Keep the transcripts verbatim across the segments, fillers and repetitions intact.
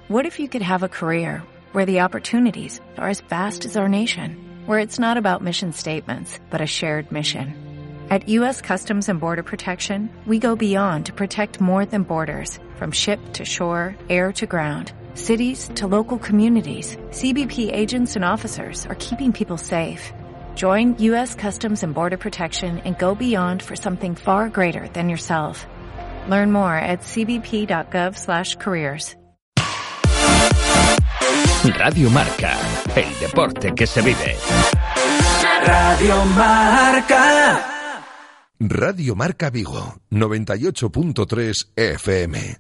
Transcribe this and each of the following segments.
What if you could have a career where the opportunities are as vast as our nation, where it's not about mission statements, but a shared mission? At U S Customs and Border Protection, we go beyond to protect more than borders, from ship to shore, air to ground, cities to local communities. C B P agents and officers are keeping people safe. Join U S Customs and Border Protection and go beyond for something far greater than yourself. Learn more at c b p dot gov slash careers. Radio Marca, el deporte que se vive. Radio Marca. Radio Marca Vigo, noventa y ocho punto tres F M.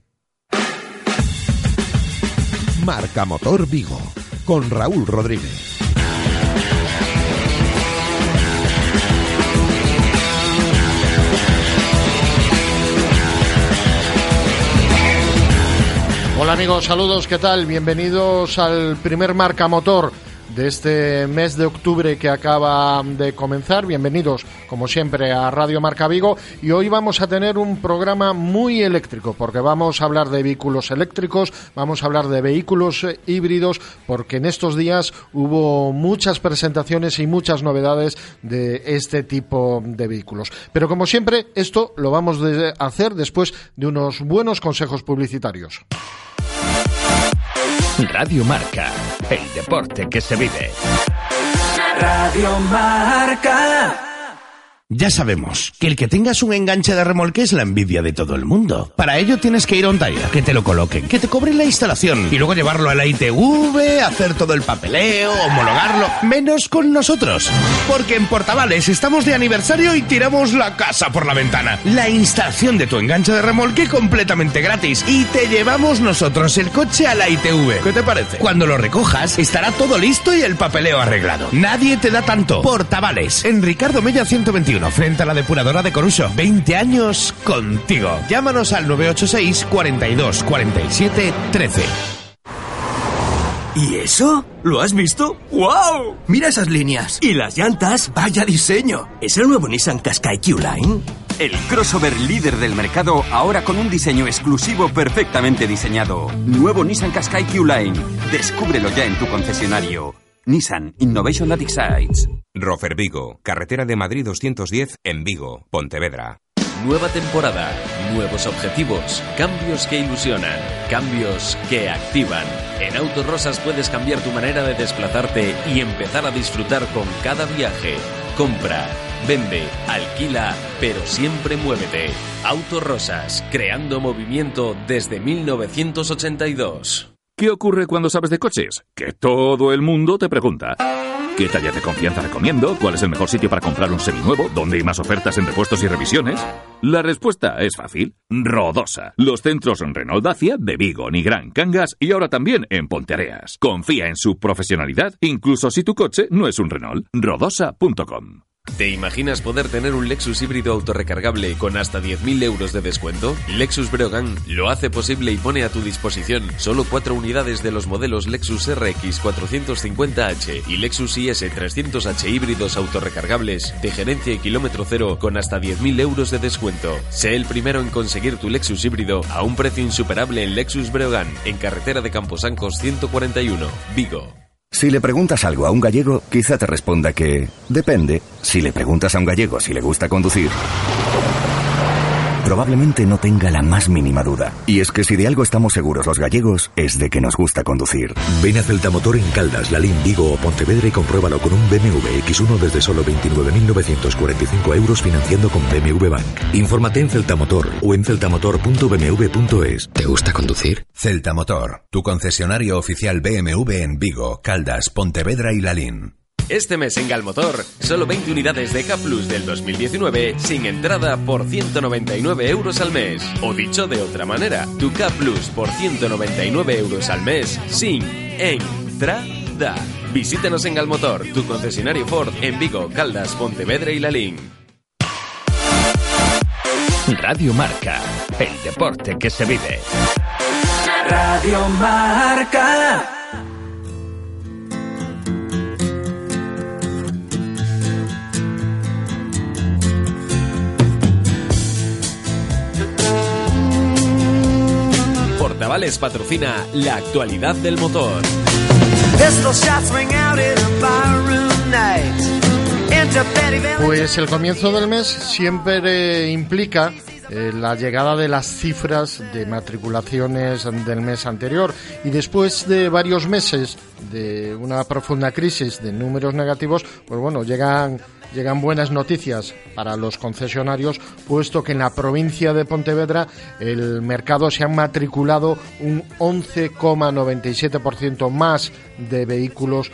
Marca Motor Vigo, con Raúl Rodríguez. Hola amigos, saludos, ¿qué tal? Bienvenidos al primer Marca Motor de este mes de octubre que acaba de comenzar. Bienvenidos, como siempre, a Radio Marca Vigo. Y hoy vamos a tener un programa muy eléctrico, porque vamos a hablar de vehículos eléctricos, vamos a hablar de vehículos híbridos, porque en estos días hubo muchas presentaciones y muchas novedades de este tipo de vehículos. Pero como siempre, esto lo vamos a hacer después de unos buenos consejos publicitarios. Radio Marca, el deporte que se vive. Radio Marca. Ya sabemos que el que tengas un enganche de remolque es la envidia de todo el mundo. Para ello tienes que ir a Ontaya, que te lo coloquen, que te cobren la instalación y luego llevarlo a la I T V, hacer todo el papeleo, homologarlo, menos con nosotros. Porque en Portavales estamos de aniversario y tiramos la casa por la ventana. La instalación de tu enganche de remolque completamente gratis y te llevamos nosotros el coche a la I T V. ¿Qué te parece? Cuando lo recojas estará todo listo y el papeleo arreglado. Nadie te da tanto. Portavales, en Ricardo Mella ciento veintiuno. Frente a la depuradora de Coruso. veinte años contigo. Llámanos al nueve ocho seis, cuarenta y dos, cuarenta y siete, trece. ¿Y eso? ¿Lo has visto? ¡Wow! Mira esas líneas. ¿Y las llantas? ¡Vaya diseño! ¿Es el nuevo Nissan Qashqai Q-Line? El crossover líder del mercado, ahora con un diseño exclusivo perfectamente diseñado. Nuevo Nissan Qashqai Q-Line. Descúbrelo ya en tu concesionario. Nissan Innovation that excites. Rofer Vigo, carretera de Madrid doscientos diez en Vigo, Pontevedra. Nueva temporada, nuevos objetivos, cambios que ilusionan, cambios que activan. En Autos Rosas puedes cambiar tu manera de desplazarte y empezar a disfrutar con cada viaje. Compra, vende, alquila, pero siempre muévete. Autos Rosas, creando movimiento desde mil novecientos ochenta y dos. ¿Qué ocurre cuando sabes de coches? Que todo el mundo te pregunta: ¿qué taller de confianza recomiendo? ¿Cuál es el mejor sitio para comprar un seminuevo? ¿Dónde hay más ofertas en repuestos y revisiones? La respuesta es fácil: Rodosa. Los centros Renault Dacia de Vigo, Nigrán, Cangas y ahora también en Ponteareas. Confía en su profesionalidad, incluso si tu coche no es un Renault. rodosa punto com. ¿Te imaginas poder tener un Lexus híbrido autorrecargable con hasta diez mil euros de descuento? Lexus Breogán lo hace posible y pone a tu disposición solo cuatro unidades de los modelos Lexus R X cuatrocientos cincuenta H y Lexus I S trescientos H híbridos autorrecargables de gerencia y kilómetro cero con hasta diez mil euros de descuento. Sé el primero en conseguir tu Lexus híbrido a un precio insuperable en Lexus Breogán, en carretera de Camposancos ciento cuarenta y uno, Vigo. Si le preguntas algo a un gallego, quizá te responda que depende. Si le preguntas a un gallego si le gusta conducir, probablemente no tenga la más mínima duda. Y es que si de algo estamos seguros los gallegos, es de que nos gusta conducir. Ven a Celtamotor en Caldas, Lalín, Vigo o Pontevedra y compruébalo con un B M W X uno desde solo veintinueve mil novecientos cuarenta y cinco euros financiando con B M W Bank. Infórmate en Celtamotor o en celtamotor punto b m w punto es. ¿Te gusta conducir? Celtamotor, tu concesionario oficial B M W en Vigo, Caldas, Pontevedra y Lalín. Este mes en Galmotor, solo veinte unidades de K Plus del dos mil diecinueve sin entrada por ciento noventa y nueve euros al mes. O dicho de otra manera, tu K Plus por ciento noventa y nueve euros al mes sin entrada. Visítanos en Galmotor, tu concesionario Ford en Vigo, Caldas, Pontevedra y Lalín. Radio Marca, el deporte que se vive. Radio Marca. Portavales patrocina la actualidad del motor. Pues el comienzo del mes siempre implica eh, la llegada de las cifras de matriculaciones del mes anterior, y después de varios meses de una profunda crisis de números negativos, pues bueno, llegan llegan buenas noticias para los concesionarios, puesto que en la provincia de Pontevedra el mercado se han matriculado un once coma noventa y siete por ciento más de vehículos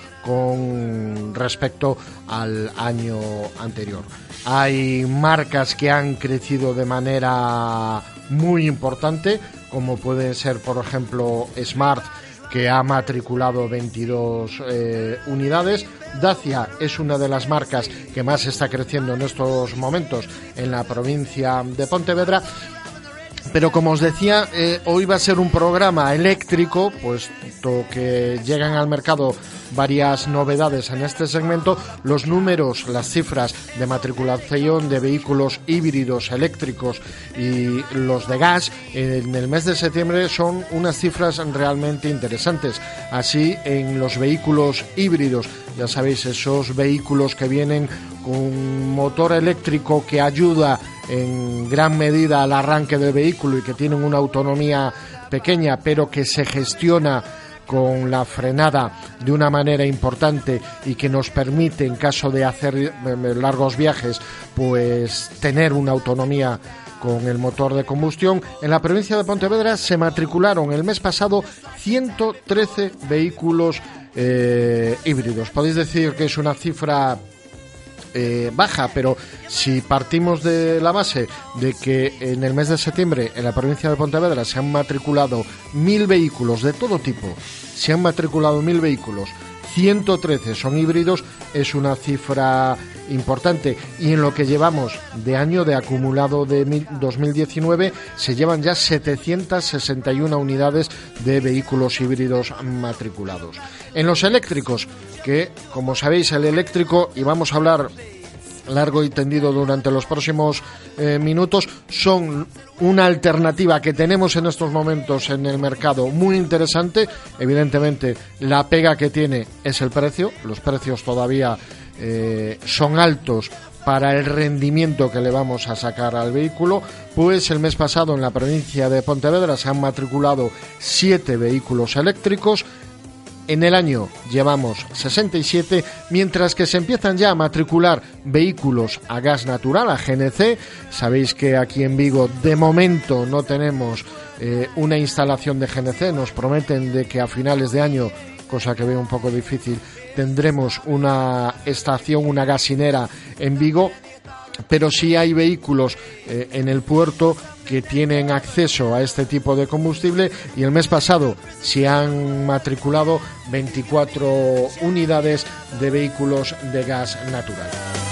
con respecto al año anterior. Hay marcas que han crecido de manera muy importante, como puede ser, por ejemplo, Smart, que ha matriculado veintidós eh, unidades. Dacia es una de las marcas que más está creciendo en estos momentos en la provincia de Pontevedra. Pero como os decía, eh, hoy va a ser un programa eléctrico, puesto que llegan al mercado varias novedades en este segmento. Los números, las cifras de matriculación de vehículos híbridos eléctricos y los de gas en el mes de septiembre son unas cifras realmente interesantes. Así, en los vehículos híbridos, ya sabéis, esos vehículos que vienen con motor eléctrico que ayuda en gran medida al arranque del vehículo y que tienen una autonomía pequeña, pero que se gestiona con la frenada de una manera importante y que nos permite, en caso de hacer largos viajes, pues tener una autonomía con el motor de combustión. En la provincia de Pontevedra se matricularon el mes pasado ciento trece vehículos eh, híbridos. Podéis decir que es una cifra Eh, baja, pero si partimos de la base de que en el mes de septiembre en la provincia de Pontevedra se han matriculado mil vehículos de todo tipo, se han matriculado mil vehículos, ciento trece son híbridos, es una cifra importante. Y en lo que llevamos de año de acumulado de dos mil diecinueve se llevan ya setecientas sesenta y una unidades de vehículos híbridos matriculados. En los eléctricos, que como sabéis, el eléctrico, y vamos a hablar largo y tendido durante los próximos eh, minutos, son una alternativa que tenemos en estos momentos en el mercado muy interesante. Evidentemente la pega que tiene es el precio. Los precios todavía eh, son altos para el rendimiento que le vamos a sacar al vehículo. Pues el mes pasado en la provincia de Pontevedra se han matriculado siete vehículos eléctricos. En el año llevamos sesenta y siete, mientras que se empiezan ya a matricular vehículos a gas natural, a G N C. Sabéis que aquí en Vigo de momento no tenemos eh, una instalación de G N C. Nos prometen de que a finales de año, cosa que veo un poco difícil, tendremos una estación, una gasinera en Vigo. Pero sí hay vehículos eh, en el puerto que tienen acceso a este tipo de combustible, y el mes pasado se han matriculado veinticuatro unidades de vehículos de gas natural.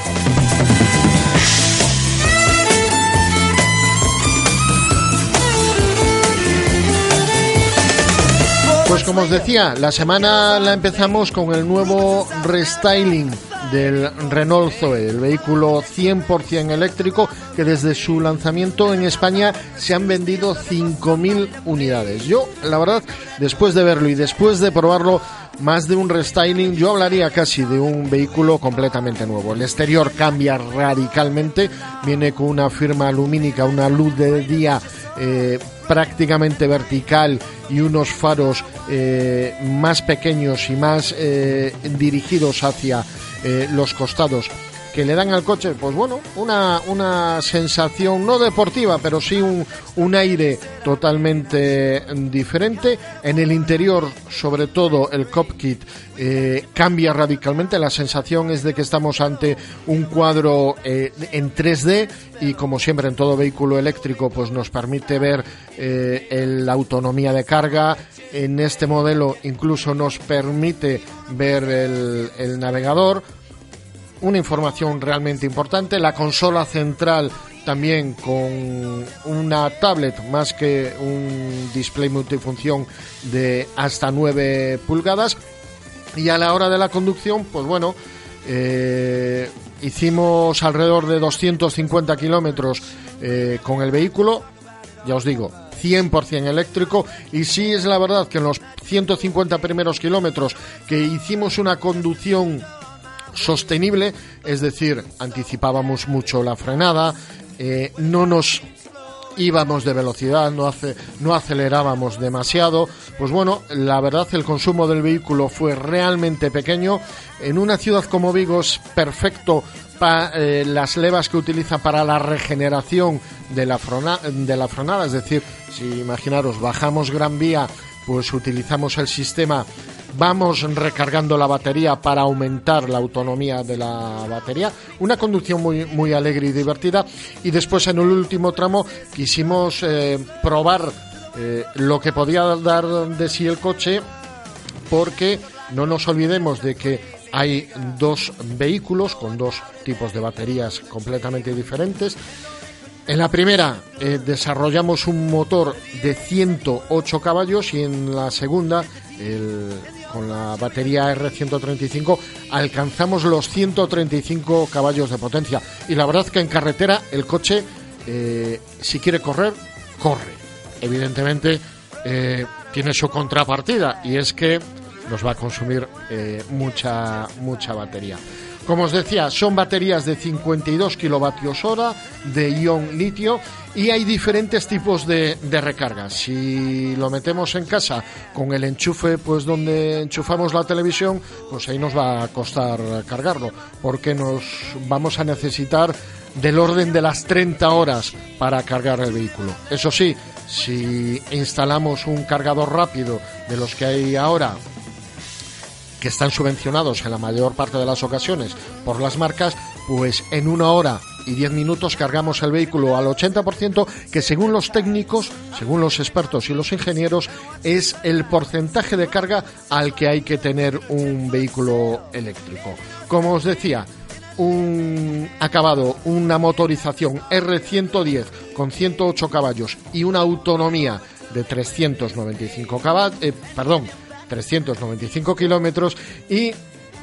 Pues como os decía, la semana la empezamos con el nuevo restyling del Renault Zoe, el vehículo cien por ciento eléctrico, que desde su lanzamiento en España se han vendido cinco mil unidades. Yo, la verdad, después de verlo y después de probarlo, más de un restyling, yo hablaría casi de un vehículo completamente nuevo. El exterior cambia radicalmente, viene con una firma lumínica, una luz de día eh, prácticamente vertical y unos faros eh, más pequeños y más eh, dirigidos hacia eh, los costados, que le dan al coche, pues bueno, una, una sensación no deportiva, pero sí un, un aire totalmente diferente. En el interior, sobre todo el cockpit, eh, cambia radicalmente. La sensación es de que estamos ante un cuadro eh, en tres D, y como siempre en todo vehículo eléctrico, pues nos permite ver eh, el, la autonomía de carga. En este modelo incluso nos permite ver el, el navegador. Una información realmente importante. La consola central también con una tablet más que un display multifunción de hasta nueve pulgadas. Y a la hora de la conducción, pues bueno, eh, hicimos alrededor de doscientos cincuenta kilómetros eh, con el vehículo. Ya os digo, cien por ciento eléctrico, y sí es la verdad que en los ciento cincuenta primeros kilómetros que hicimos una conducción sostenible, es decir, anticipábamos mucho la frenada, eh, no nos íbamos de velocidad, no, hace, no acelerábamos demasiado, pues bueno, la verdad el consumo del vehículo fue realmente pequeño. En una ciudad como Vigo es perfecto para eh, las levas que utiliza para la regeneración de la, frona, de la frenada, es decir, si imaginaros, bajamos Gran Vía, pues utilizamos el sistema, vamos recargando la batería para aumentar la autonomía de la batería. Una conducción muy, muy alegre y divertida. Y después, en el último tramo, quisimos eh, probar eh, lo que podía dar de sí el coche, porque no nos olvidemos de que hay dos vehículos con dos tipos de baterías completamente diferentes. En la primera eh, desarrollamos un motor de ciento ocho caballos, y en la segunda, el, con la batería R ciento treinta y cinco, alcanzamos los ciento treinta y cinco caballos de potencia. Y la verdad que en carretera el coche, eh, si quiere correr, corre. Evidentemente eh, tiene su contrapartida, y es que nos va a consumir eh, mucha, mucha batería. Como os decía, son baterías de cincuenta y dos kilovatios hora de ion litio, y hay diferentes tipos de, de recarga. Si lo metemos en casa con el enchufe, pues donde enchufamos la televisión, pues ahí nos va a costar cargarlo, porque nos vamos a necesitar del orden de las treinta horas para cargar el vehículo. Eso sí, si instalamos un cargador rápido de los que hay ahora, que están subvencionados en la mayor parte de las ocasiones por las marcas, pues en una hora y diez minutos cargamos el vehículo al ochenta por ciento, que según los técnicos, según los expertos y los ingenieros, es el porcentaje de carga al que hay que tener un vehículo eléctrico. Como os decía, un acabado, una motorización R ciento diez con ciento ocho caballos y una autonomía de trescientos noventa y cinco caballos, eh, perdón, trescientos noventa y cinco kilómetros, y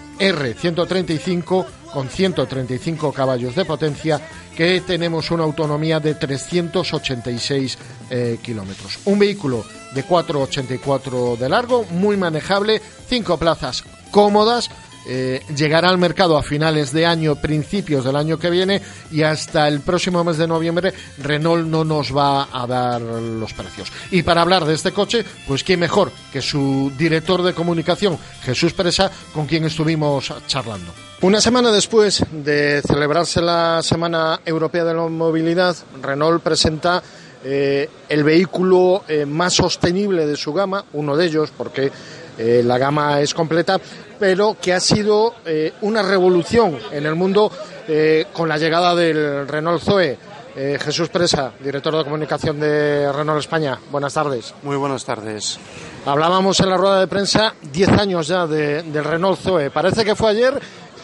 R ciento treinta y cinco con ciento treinta y cinco caballos de potencia, que tenemos una autonomía de trescientos ochenta y seis eh, kilómetros. Un vehículo de cuatro ochenta y cuatro de largo, muy manejable, cinco plazas cómodas. Eh, llegará al mercado a finales de año, principios del año que viene, y hasta el próximo mes de noviembre Renault no nos va a dar los precios. Y para hablar de este coche, pues quién mejor que su director de comunicación, Jesús Presa, con quien estuvimos charlando. Una semana después de celebrarse la Semana Europea de la Movilidad, Renault presenta eh, el vehículo eh, más sostenible de su gama, uno de ellos, porque eh, la gama es completa, pero que ha sido eh, una revolución en el mundo eh, con la llegada del Renault Zoe. Eh, Jesús Presa, director de comunicación de Renault España, buenas tardes. Muy buenas tardes. Hablábamos en la rueda de prensa, diez años ya de, del Renault Zoe. Parece que fue ayer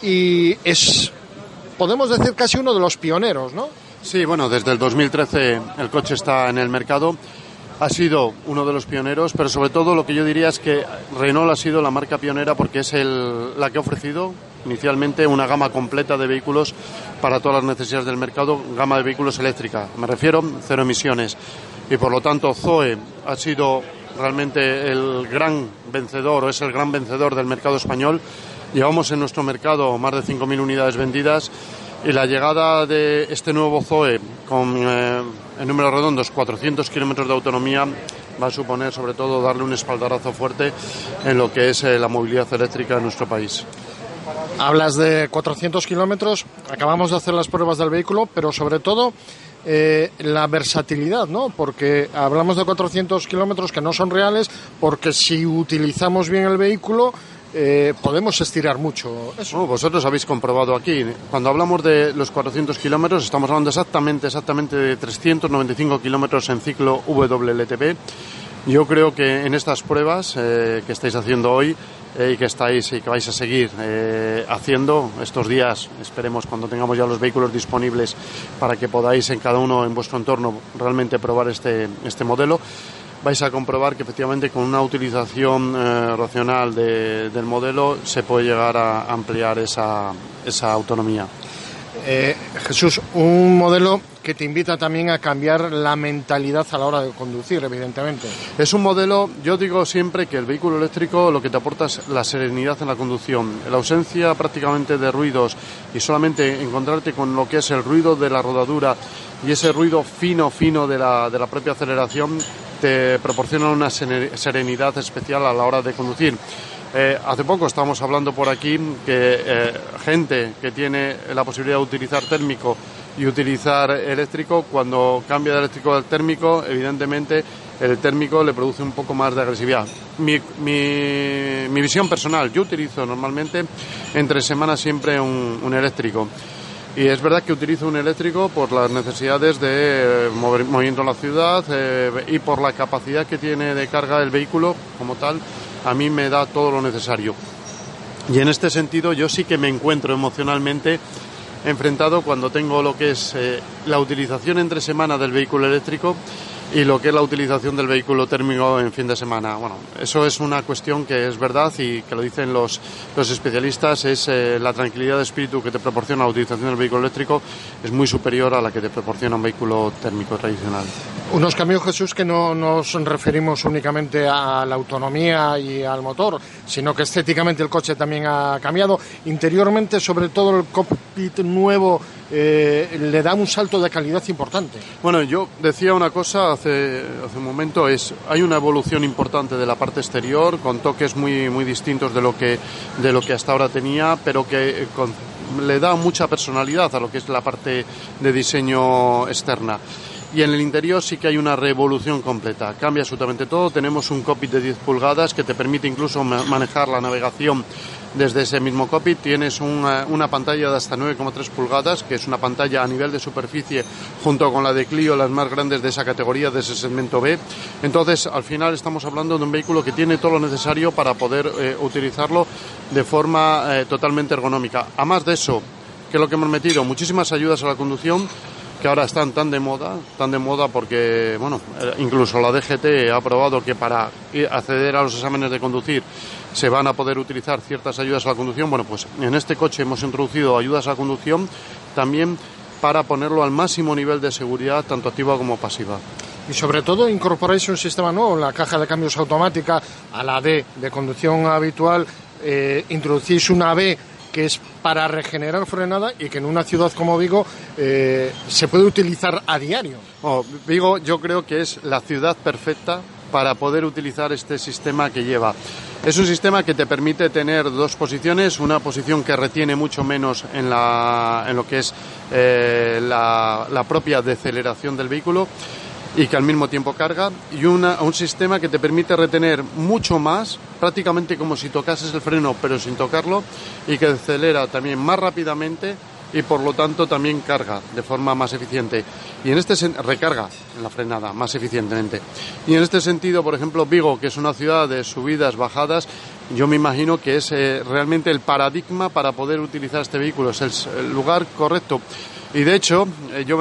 y es, podemos decir, casi uno de los pioneros, ¿no? Sí, bueno, desde el dos mil trece el coche está en el mercado. Ha sido uno de los pioneros, pero sobre todo lo que yo diría es que Renault ha sido la marca pionera porque es el, la que ha ofrecido inicialmente una gama completa de vehículos para todas las necesidades del mercado, gama de vehículos eléctrica. Me refiero cero emisiones. Y por lo tanto Zoe ha sido realmente el gran vencedor, o es el gran vencedor del mercado español. Llevamos en nuestro mercado más de cinco mil unidades vendidas. Y la llegada de este nuevo Zoe con, eh, en números redondos, cuatrocientos kilómetros de autonomía, va a suponer sobre todo darle un espaldarazo fuerte en lo que es eh, la movilidad eléctrica en nuestro país. Hablas de cuatrocientos kilómetros, acabamos de hacer las pruebas del vehículo, pero sobre todo eh, la versatilidad, ¿no? Porque hablamos de cuatrocientos kilómetros que no son reales, porque si utilizamos bien el vehículo, Eh, podemos estirar mucho eso. Oh, vosotros habéis comprobado aquí. Cuando hablamos de los cuatrocientos kilómetros, estamos hablando exactamente, exactamente de trescientos noventa y cinco kilómetros en ciclo W L T P. Yo creo que en estas pruebas eh, que estáis haciendo hoy eh, y que estáis y que vais a seguir eh, haciendo estos días, esperemos cuando tengamos ya los vehículos disponibles para que podáis en cada uno en vuestro entorno realmente probar este, este modelo, vais a comprobar que efectivamente con una utilización eh, racional de, del modelo se puede llegar a ampliar esa, esa autonomía. Eh, Jesús, un modelo que te invita también a cambiar la mentalidad a la hora de conducir, evidentemente. Es un modelo, yo digo siempre que el vehículo eléctrico lo que te aporta es la serenidad en la conducción, la ausencia prácticamente de ruidos y solamente encontrarte con lo que es el ruido de la rodadura y ese ruido fino, fino de la, de la propia aceleración te proporciona una serenidad especial a la hora de conducir. Eh, hace poco estábamos hablando por aquí que eh, gente que tiene la posibilidad de utilizar térmico y utilizar eléctrico, cuando cambia de eléctrico al térmico, evidentemente el térmico le produce un poco más de agresividad. Mi, mi, mi visión personal, yo utilizo normalmente entre semanas siempre un, un eléctrico. Y es verdad que utilizo un eléctrico por las necesidades de mover, movimiento en la ciudad eh, y por la capacidad que tiene de carga el vehículo como tal. A mí me da todo lo necesario. Y en este sentido yo sí que me encuentro emocionalmente enfrentado cuando tengo lo que es eh, la utilización entre semana del vehículo eléctrico y lo que es la utilización del vehículo térmico en fin de semana. Bueno, eso es una cuestión que es verdad y que lo dicen los, los especialistas, es eh, la tranquilidad de espíritu que te proporciona la utilización del vehículo eléctrico es muy superior a la que te proporciona un vehículo térmico tradicional. Unos cambios, Jesús, que no nos referimos únicamente a la autonomía y al motor, sino que estéticamente el coche también ha cambiado. Interiormente, sobre todo el cockpit nuevo, eh, le da un salto de calidad importante. Bueno, yo decía una cosa hace, hace un momento, es hay una evolución importante de la parte exterior, con toques muy, muy distintos de lo que, de lo que hasta ahora tenía, pero que eh, con, le da mucha personalidad a lo que es la parte de diseño externa. Y en el interior sí que hay una revolución completa, cambia absolutamente todo. Tenemos un cockpit de diez pulgadas que te permite incluso manejar la navegación desde ese mismo cockpit. Tienes una, una pantalla de hasta nueve coma tres pulgadas, que es una pantalla a nivel de superficie junto con la de Clio, las más grandes de esa categoría, de ese segmento B. Entonces, al final estamos hablando de un vehículo que tiene todo lo necesario para poder eh, utilizarlo de forma eh, totalmente ergonómica. A más de eso, que es lo que hemos metido, muchísimas ayudas a la conducción, que ahora están tan de moda, tan de moda porque, bueno, incluso la D G T ha probado que para acceder a los exámenes de conducir se van a poder utilizar ciertas ayudas a la conducción. Bueno, pues en este coche hemos introducido ayudas a la conducción también para ponerlo al máximo nivel de seguridad, tanto activa como pasiva. Y sobre todo incorporáis un sistema nuevo, la caja de cambios automática a la D de conducción habitual, eh, introducís una B que es para regenerar frenada y que en una ciudad como Vigo eh, se puede utilizar a diario. Oh, Vigo yo creo que es la ciudad perfecta para poder utilizar este sistema que lleva. Es un sistema que te permite tener dos posiciones, una posición que retiene mucho menos en, la, en lo que es eh, la, la propia deceleración del vehículo y que al mismo tiempo carga, y una, un sistema que te permite retener mucho más, prácticamente como si tocases el freno pero sin tocarlo, y que acelera también más rápidamente y por lo tanto también carga de forma más eficiente y en este sen- recarga en la frenada más eficientemente. Y en este sentido, por ejemplo, Vigo, que es una ciudad de subidas, bajadas, yo me imagino que es eh, realmente el paradigma para poder utilizar este vehículo, es el, el lugar correcto. Y de hecho, yo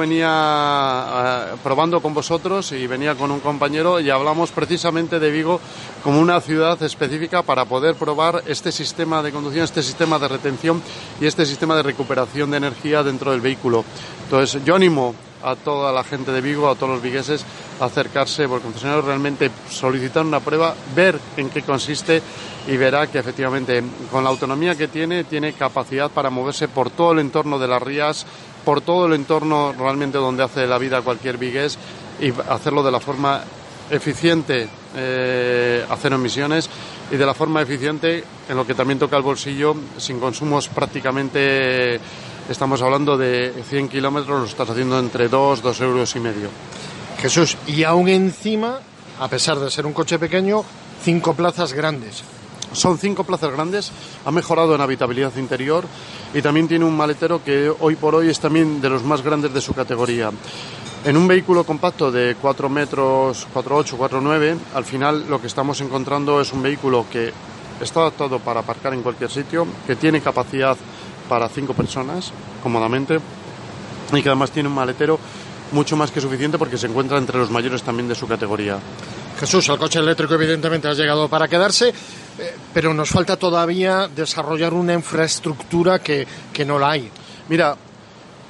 venía uh, probando con vosotros y venía con un compañero y hablamos precisamente de Vigo como una ciudad específica para poder probar este sistema de conducción, este sistema de retención y este sistema de recuperación de energía dentro del vehículo. Entonces, yo animo a toda la gente de Vigo, a todos los vigueses, a acercarse por el concesionario, realmente solicitar una prueba, ver en qué consiste y verá que efectivamente con la autonomía que tiene, tiene capacidad para moverse por todo el entorno de las rías, por todo el entorno realmente donde hace la vida cualquier vigués y hacerlo de la forma eficiente, eh, a cero emisiones y de la forma eficiente en lo que también toca el bolsillo, sin consumos prácticamente, estamos hablando de cien kilómetros, lo estás haciendo entre dos, dos euros y medio. Jesús, y aún encima, a pesar de ser un coche pequeño, cinco plazas grandes. Son cinco plazas grandes, ha mejorado en habitabilidad interior y también tiene un maletero que hoy por hoy es también de los más grandes de su categoría. En un vehículo compacto de cuatro metros, cuatro ocho, cuatro nueve, al final lo que estamos encontrando es un vehículo que está adaptado para aparcar en cualquier sitio, que tiene capacidad para cinco personas cómodamente y que además tiene un maletero mucho más que suficiente porque se encuentra entre los mayores también de su categoría. Jesús, el coche eléctrico evidentemente ha llegado para quedarse, eh, pero nos falta todavía desarrollar una infraestructura que, que no la hay. Mira,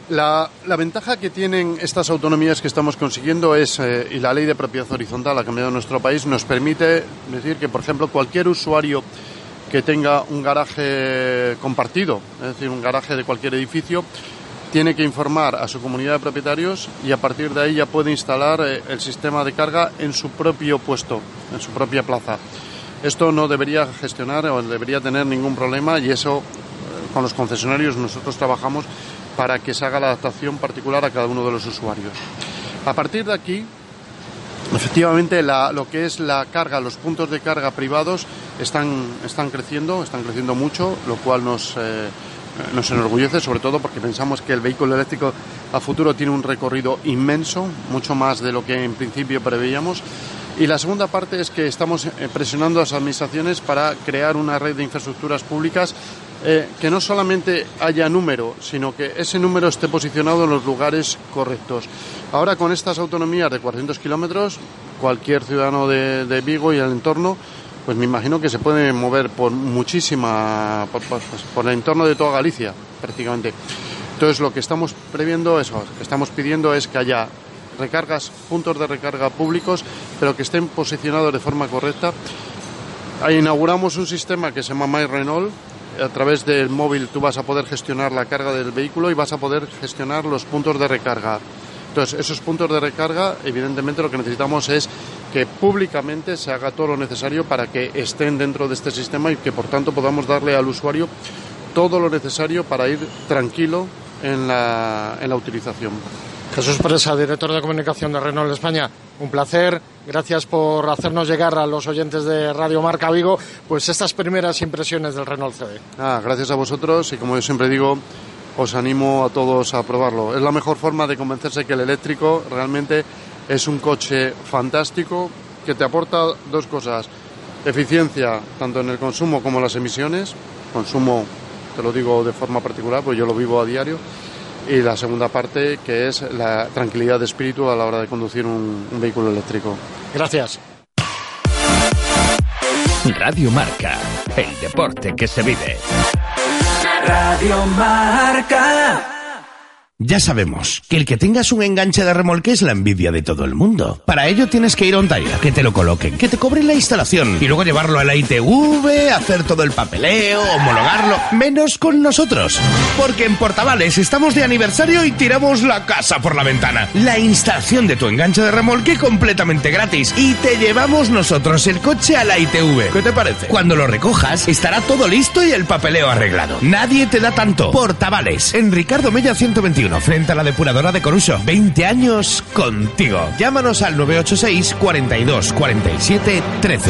La, la ventaja que tienen estas autonomías que estamos consiguiendo es, eh, y la ley de propiedad horizontal ha cambiado en nuestro país, nos permite decir que, por ejemplo, cualquier usuario que tenga un garaje compartido, es decir, un garaje de cualquier edificio, tiene que informar a su comunidad de propietarios y a partir de ahí ya puede instalar eh, el sistema de carga en su propio puesto, en su propia plaza. Esto no debería gestionar o debería tener ningún problema y eso, eh, con los concesionarios nosotros trabajamos para que se haga la adaptación particular a cada uno de los usuarios. A partir de aquí, efectivamente, la, lo que es la carga, los puntos de carga privados están, están creciendo, están creciendo mucho, lo cual nos, eh, nos enorgullece, sobre todo porque pensamos que el vehículo eléctrico a futuro tiene un recorrido inmenso, mucho más de lo que en principio preveíamos. Y la segunda parte es que estamos presionando a las administraciones para crear una red de infraestructuras públicas eh, que no solamente haya número, sino que ese número esté posicionado en los lugares correctos. Ahora, con estas autonomías de cuatrocientos kilómetros, cualquier ciudadano de, de Vigo y el entorno, pues me imagino que se puede mover por muchísima, por, por, por el entorno de toda Galicia, prácticamente. Entonces, lo que estamos previendo, eso, lo que estamos pidiendo es que haya recargas, puntos de recarga públicos, pero que estén posicionados de forma correcta. Ahí inauguramos un sistema que se llama My Renault. A través del móvil tú vas a poder gestionar la carga del vehículo y vas a poder gestionar los puntos de recarga. Entonces, esos puntos de recarga, evidentemente lo que necesitamos es que públicamente se haga todo lo necesario para que estén dentro de este sistema y que por tanto podamos darle al usuario todo lo necesario para ir tranquilo en la, en la utilización. Jesús Presa, director de comunicación de Renault España, un placer. Gracias por hacernos llegar a los oyentes de Radio Marca Vigo pues estas primeras impresiones del Renault C D. Ah, gracias a vosotros y, como yo siempre digo, os animo a todos a probarlo. Es la mejor forma de convencerse que el eléctrico realmente es un coche fantástico que te aporta dos cosas: eficiencia tanto en el consumo como en las emisiones. Consumo, te lo digo de forma particular, pues yo lo vivo a diario. Y la segunda parte, que es la tranquilidad de espíritu a la hora de conducir un, un vehículo eléctrico. Gracias. Radio Marca, el deporte que se vive. Radio Marca. Ya sabemos que el que tengas un enganche de remolque es la envidia de todo el mundo. Para ello tienes que ir a Ontaya, que te lo coloquen, que te cobren la instalación y luego llevarlo a la I T V, hacer todo el papeleo, homologarlo. Menos con nosotros, porque en Portavales estamos de aniversario y tiramos la casa por la ventana. La instalación de tu enganche de remolque completamente gratis y te llevamos nosotros el coche a la I T V. ¿Qué te parece? Cuando lo recojas estará todo listo y el papeleo arreglado. Nadie te da tanto. Portavales, en Ricardo Mella ciento veintiuno. Frente a la depuradora de Coruso. veinte años contigo. Llámanos al nueve ocho seis, cuarenta y dos, cuarenta y siete, trece.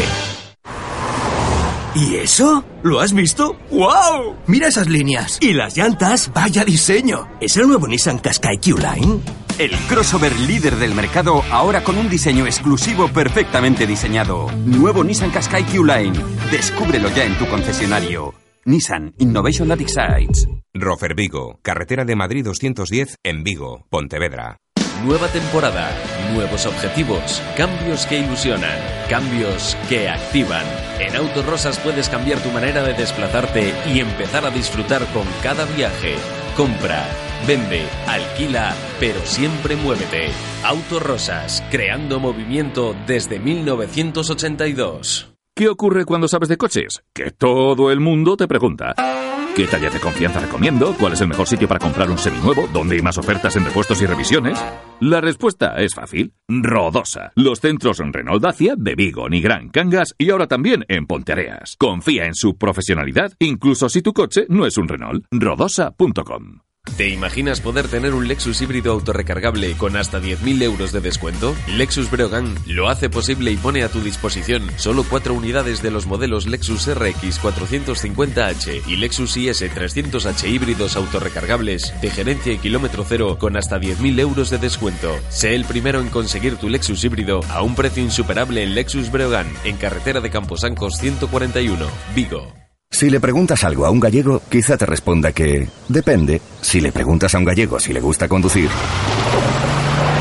¿Y eso? ¿Lo has visto? ¡Wow! Mira esas líneas. Y las llantas, vaya diseño. ¿Es el nuevo Nissan Qashqai Q-Line? El crossover líder del mercado, ahora con un diseño exclusivo perfectamente diseñado. Nuevo Nissan Qashqai Q-Line. Descúbrelo ya en tu concesionario. Nissan Innovation That Excites. Rofer Vigo, carretera de Madrid doscientos diez en Vigo, Pontevedra. Nueva temporada, nuevos objetivos, cambios que ilusionan, cambios que activan. En Autorosas puedes cambiar tu manera de desplazarte y empezar a disfrutar con cada viaje. Compra, vende, alquila, pero siempre muévete. Autorosas, creando movimiento desde mil novecientos ochenta y dos. ¿Qué ocurre cuando sabes de coches? Que todo el mundo te pregunta. ¿Qué talla de confianza recomiendo? ¿Cuál es el mejor sitio para comprar un seminuevo? ¿Dónde hay más ofertas en repuestos y revisiones? La respuesta es fácil. Rodosa. Los centros Renault Dacia de Vigo, Nigrán, Cangas y ahora también en Ponteareas. Confía en su profesionalidad, incluso si tu coche no es un Renault. rodosa punto com. ¿Te imaginas poder tener un Lexus híbrido autorrecargable con hasta diez mil euros de descuento? Lexus Breogán lo hace posible y pone a tu disposición solo cuatro unidades de los modelos Lexus R X cuatrocientos cincuenta H y Lexus I S trescientos H híbridos autorrecargables de gerencia y kilómetro cero con hasta diez mil euros de descuento. Sé el primero en conseguir tu Lexus híbrido a un precio insuperable en Lexus Breogán, en carretera de Camposancos ciento cuarenta y uno, Vigo. Si le preguntas algo a un gallego, quizá te responda que depende. Si le preguntas a un gallego si le gusta conducir,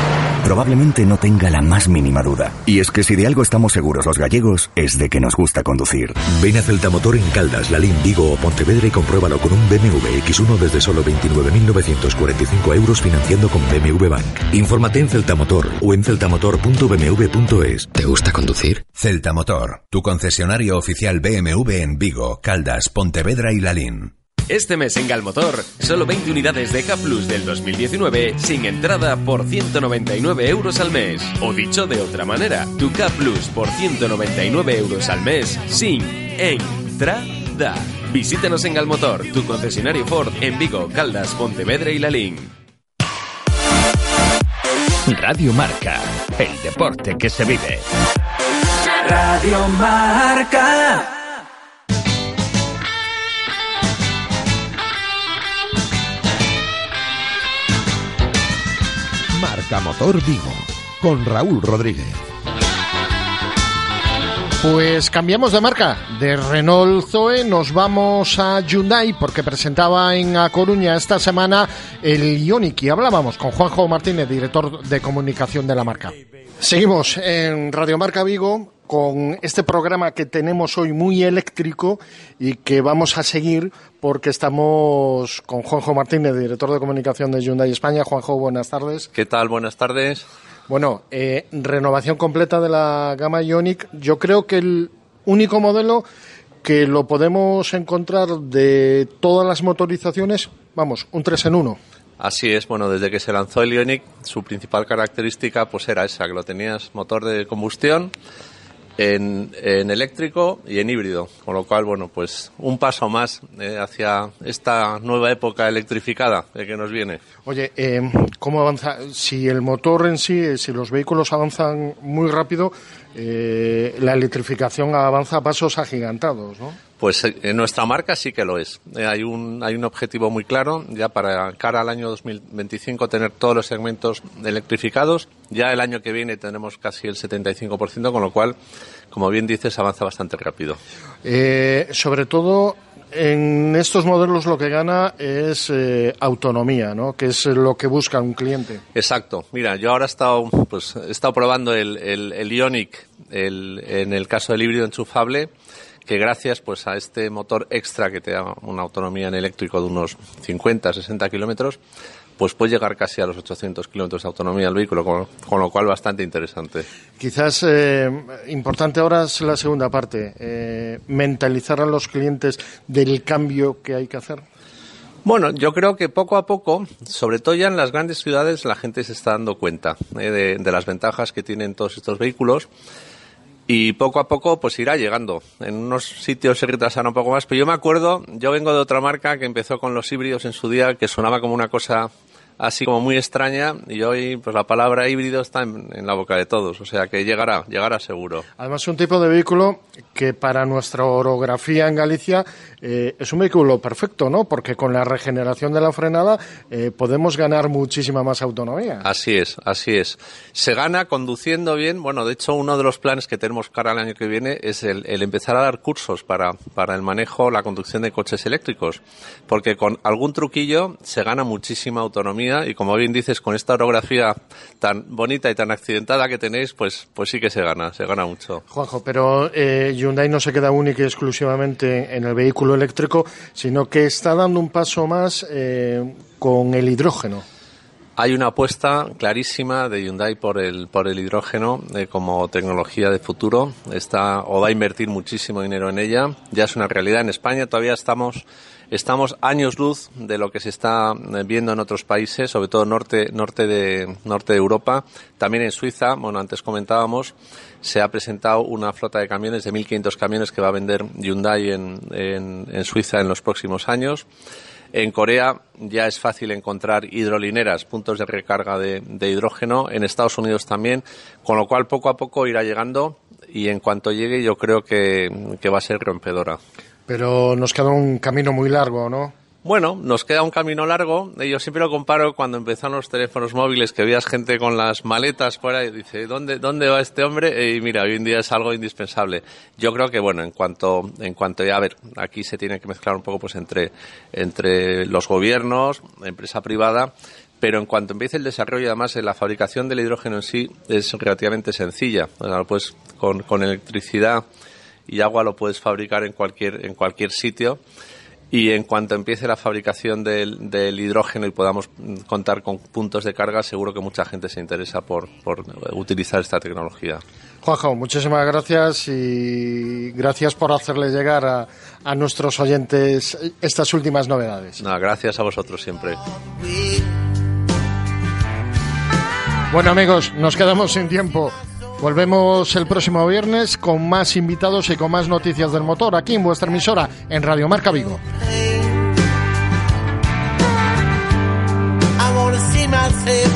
probablemente no tenga la más mínima duda. Y es que si de algo estamos seguros los gallegos, es de que nos gusta conducir. Ven a Celtamotor en Caldas, Lalín, Vigo o Pontevedra y compruébalo con un B M W equis uno desde solo veintinueve mil novecientos cuarenta y cinco euros financiando con B M W Bank. Infórmate en Celtamotor o en celtamotor punto b m w punto es. ¿Te gusta conducir? Celtamotor, tu concesionario oficial B M W en Vigo, Caldas, Pontevedra y Lalín. Este mes en Galmotor, solo veinte unidades de K Plus del dos mil diecinueve sin entrada por ciento noventa y nueve euros al mes. O dicho de otra manera, tu K Plus por ciento noventa y nueve euros al mes sin entrada. Visítanos en Galmotor, tu concesionario Ford en Vigo, Caldas, Pontevedra y Lalín. Radio Marca, el deporte que se vive. Radio Marca. Marca Motor Vigo, con Raúl Rodríguez. Pues cambiamos de marca, de Renault Zoe nos vamos a Hyundai porque presentaba en A Coruña esta semana el Ioniq y hablábamos con Juanjo Martínez, director de comunicación de la marca. Seguimos en Radio Marca Vigo con este programa que tenemos hoy muy eléctrico y que vamos a seguir porque estamos con Juanjo Martínez, director de comunicación de Hyundai España. Juanjo, buenas tardes. ¿Qué tal? Buenas tardes. Bueno, eh, renovación completa de la gama Ioniq. Yo creo que el único modelo que lo podemos encontrar de todas las motorizaciones, vamos, un tres en uno. Así es, bueno, desde que se lanzó el Ioniq, su principal característica pues era esa, que lo tenías motor de combustión, En, en eléctrico y en híbrido, con lo cual, bueno, pues un paso más eh, hacia esta nueva época electrificada eh, que nos viene. Oye, eh, ¿cómo avanza? Si el motor en sí, si los vehículos avanzan muy rápido, eh, la electrificación avanza a pasos agigantados, ¿no? Pues en nuestra marca sí que lo es. Eh, hay un hay un objetivo muy claro ya para cara al año dos mil veinticinco tener todos los segmentos electrificados. Ya el año que viene tenemos casi el setenta y cinco por ciento, con lo cual, como bien dices, avanza bastante rápido. Eh, sobre todo en estos modelos lo que gana es eh, autonomía, ¿no? Que es lo que busca un cliente. Exacto. Mira, yo ahora he estado pues he estado probando el el, el Ioniq el, en el caso del híbrido enchufable, que gracias pues a este motor extra que te da una autonomía en eléctrico de unos cincuenta a sesenta kilómetros, pues puede llegar casi a los ochocientos kilómetros de autonomía al vehículo, con, con lo cual bastante interesante. Quizás eh, importante ahora es la segunda parte, eh, mentalizar a los clientes del cambio que hay que hacer. Bueno, yo creo que poco a poco, sobre todo ya en las grandes ciudades, la gente se está dando cuenta eh, de, de las ventajas que tienen todos estos vehículos. Y poco a poco pues irá llegando. En unos sitios se retrasará un poco más, pero yo me acuerdo, yo vengo de otra marca que empezó con los híbridos en su día, que sonaba como una cosa así como muy extraña, y hoy pues la palabra híbrido está en, en la boca de todos, o sea que llegará, llegará seguro. Además, un tipo de vehículo que para nuestra orografía en Galicia eh, es un vehículo perfecto, ¿no? Porque con la regeneración de la frenada eh, podemos ganar muchísima más autonomía. Así es, así es. Se gana conduciendo bien. Bueno, de hecho, uno de los planes que tenemos cara al año que viene es el, el empezar a dar cursos para, para el manejo, la conducción de coches eléctricos, porque con algún truquillo se gana muchísima autonomía. Y como bien dices, con esta orografía tan bonita y tan accidentada que tenéis, pues pues sí que se gana, se gana mucho. Juanjo, pero eh, Hyundai no se queda única y exclusivamente en el vehículo eléctrico, sino que está dando un paso más eh, con el hidrógeno. Hay una apuesta clarísima de Hyundai por el por el hidrógeno eh, como tecnología de futuro. Está o va a invertir muchísimo dinero en ella. Ya es una realidad en España. Todavía estamos Estamos años luz de lo que se está viendo en otros países, sobre todo norte, norte de, norte de Europa. También en Suiza, bueno, antes comentábamos, se ha presentado una flota de camiones de mil quinientos camiones que va a vender Hyundai en, en, en Suiza en los próximos años. En Corea ya es fácil encontrar hidrolineras, puntos de recarga de, de hidrógeno. En Estados Unidos también, con lo cual poco a poco irá llegando y en cuanto llegue yo creo que, que va a ser rompedora. Pero nos queda un camino muy largo, ¿no? Bueno, nos queda un camino largo. Yo siempre lo comparo cuando empezaron los teléfonos móviles, que veías gente con las maletas fuera y dice, ¿dónde, dónde va este hombre? Y mira, hoy en día es algo indispensable. Yo creo que, bueno, en cuanto, en cuanto ya, a ver, aquí se tiene que mezclar un poco pues entre, entre los gobiernos, la empresa privada, pero en cuanto empiece el desarrollo, además, la fabricación del hidrógeno en sí es relativamente sencilla. O sea, pues con, con electricidad y agua lo puedes fabricar en cualquier, en cualquier sitio. Y en cuanto empiece la fabricación del, del hidrógeno y podamos contar con puntos de carga, seguro que mucha gente se interesa por, por utilizar esta tecnología. Juanjo, muchísimas gracias y gracias por hacerle llegar a, a nuestros oyentes estas últimas novedades. No, gracias a vosotros siempre. Bueno, amigos, nos quedamos sin tiempo. Volvemos el próximo viernes con más invitados y con más noticias del motor aquí en vuestra emisora, en Radio Marca Vigo. I wanna see myself